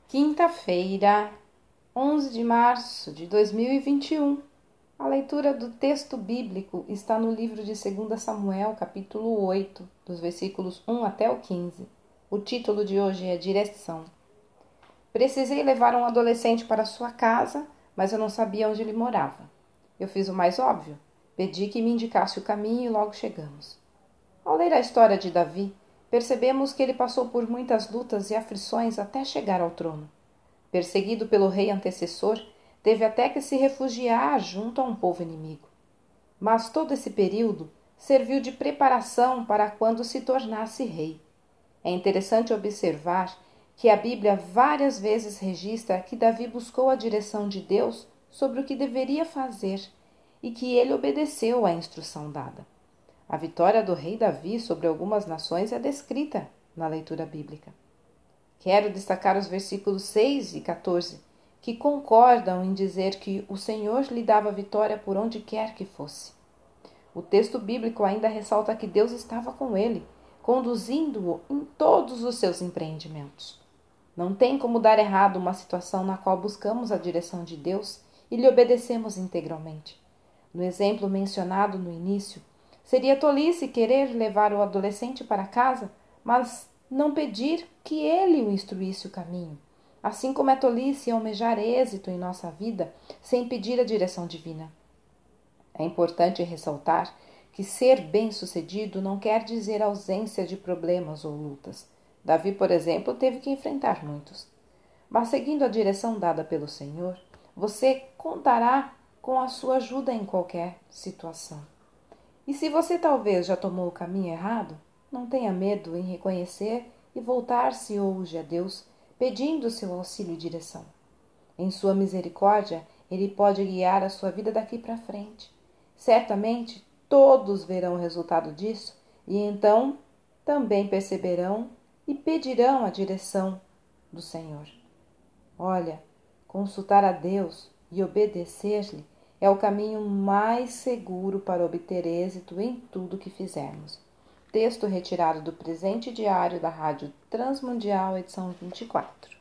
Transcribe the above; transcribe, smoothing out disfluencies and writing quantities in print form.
Quinta-feira, 11 de março de 2021. A leitura do texto bíblico está no livro de 2 Samuel, capítulo 8, dos versículos 1 até o 15. O título de hoje é Direção. Precisei levar um adolescente para sua casa, mas eu não sabia onde ele morava. Eu fiz o mais óbvio. Pedi que me indicasse o caminho e logo chegamos. Ao ler a história de Davi, percebemos que ele passou por muitas lutas e aflições até chegar ao trono. Perseguido pelo rei antecessor, teve até que se refugiar junto a um povo inimigo. Mas todo esse período serviu de preparação para quando se tornasse rei. É interessante observar que a Bíblia várias vezes registra que Davi buscou a direção de Deus sobre o que deveria fazer e que ele obedeceu à instrução dada. A vitória do rei Davi sobre algumas nações é descrita na leitura bíblica. Quero destacar os versículos 6 e 14, que concordam em dizer que o Senhor lhe dava vitória por onde quer que fosse. O texto bíblico ainda ressalta que Deus estava com ele, conduzindo-o em todos os seus empreendimentos. Não tem como dar errado uma situação na qual buscamos a direção de Deus e lhe obedecemos integralmente. No exemplo mencionado no início, seria tolice querer levar o adolescente para casa, mas não pedir que ele o instruísse o caminho. Assim como é tolice almejar êxito em nossa vida sem pedir a direção divina. É importante ressaltar que ser bem-sucedido não quer dizer ausência de problemas ou lutas. Davi, por exemplo, teve que enfrentar muitos. Mas seguindo a direção dada pelo Senhor, você contará com a sua ajuda em qualquer situação. E se você talvez já tomou o caminho errado, não tenha medo em reconhecer e voltar-se hoje a Deus, pedindo seu auxílio e direção. Em sua misericórdia, Ele pode guiar a sua vida daqui para frente. Certamente, todos verão o resultado disso e então também perceberão e pedirão a direção do Senhor. Olha, consultar a Deus e obedecer-lhe é o caminho mais seguro para obter êxito em tudo que fizermos. Texto retirado do presente diário da Rádio Transmundial, edição 24.